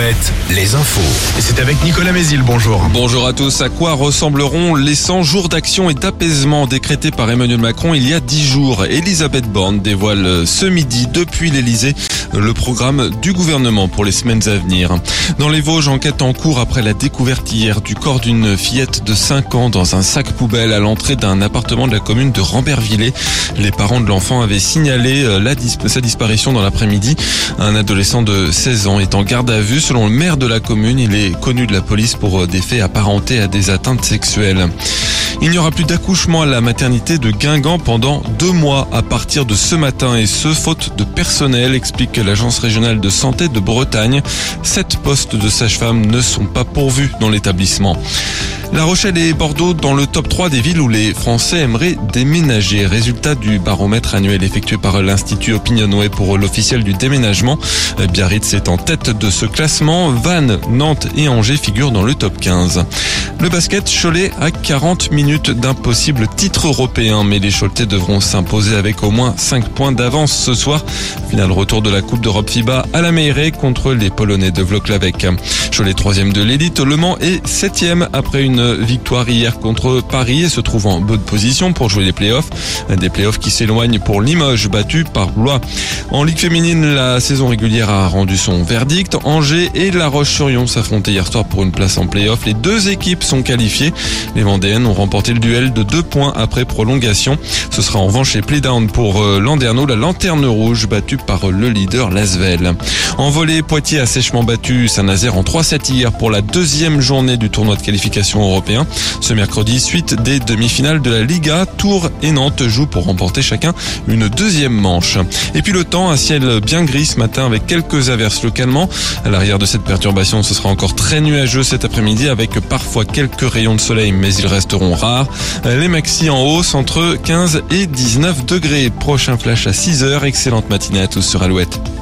Alouette, les infos. Et c'est avec Nicolas Mézil, bonjour. Bonjour à tous. À quoi ressembleront les 100 jours d'action et d'apaisement décrétés par Emmanuel Macron il y a 10 jours? Elisabeth Borne dévoile ce midi depuis l'Elysée le programme du gouvernement pour les semaines à venir. Dans les Vosges, enquête en cours après la découverte hier du corps d'une fillette de 5 ans dans un sac poubelle à l'entrée d'un appartement de la commune de Rambervillers. Les parents de l'enfant avaient signalé sa disparition dans l'après-midi. Un adolescent de 16 ans est en garde à vue. Selon le maire de la commune, il est connu de la police pour des faits apparentés à des atteintes sexuelles. Il n'y aura plus d'accouchement à la maternité de Guingamp pendant 2 mois à partir de ce matin, et ce, faute de personnel, explique l'agence régionale de santé de Bretagne. 7 postes de sage-femme ne sont pas pourvus dans l'établissement. La Rochelle et Bordeaux dans le top 3 des villes où les Français aimeraient déménager. Résultat du baromètre annuel effectué par l'Institut Opinionway pour l'officiel du déménagement. Biarritz est en tête de ce classement. Vannes, Nantes et Angers figurent dans le top 15. Le basket, Cholet à 40 minutes d'un possible titre européen, mais les Choletais devront s'imposer avec au moins 5 points d'avance ce soir. Final retour de la Coupe d'Europe FIBA à la Meilleray contre les Polonais de Włocławek. Cholet 3e de l'élite, Le Mans est 7e après une victoire hier contre Paris et se trouve en bonne position pour jouer les playoffs. Des playoffs qui s'éloignent pour Limoges, battu par Blois. En Ligue féminine, la saison régulière a rendu son verdict. Angers et La Roche-sur-Yon s'affrontaient hier soir pour une place en playoff. Les 2 équipes sont qualifiées. Les Vendéennes ont remporté le duel de 2 points après prolongation. Ce sera en revanche les play-down pour Landerneau, la lanterne rouge, battue par le leader l'Asvel. En volley, Poitiers a sèchement battu Saint-Nazaire en 3-7 hier pour la 2e journée du tournoi de qualification européen. Ce mercredi, suite des demi-finales de la Liga, Tours et Nantes jouent pour remporter chacun une 2e manche. Et puis le temps, un ciel bien gris ce matin avec quelques averses localement. À l'arrière de cette perturbation, ce sera encore très nuageux cet après-midi avec parfois quelques rayons de soleil, mais ils resteront rares. Les maxis en hausse entre 15 et 19 degrés. Prochain flash à 6h. Excellente matinée à tous sur Alouette.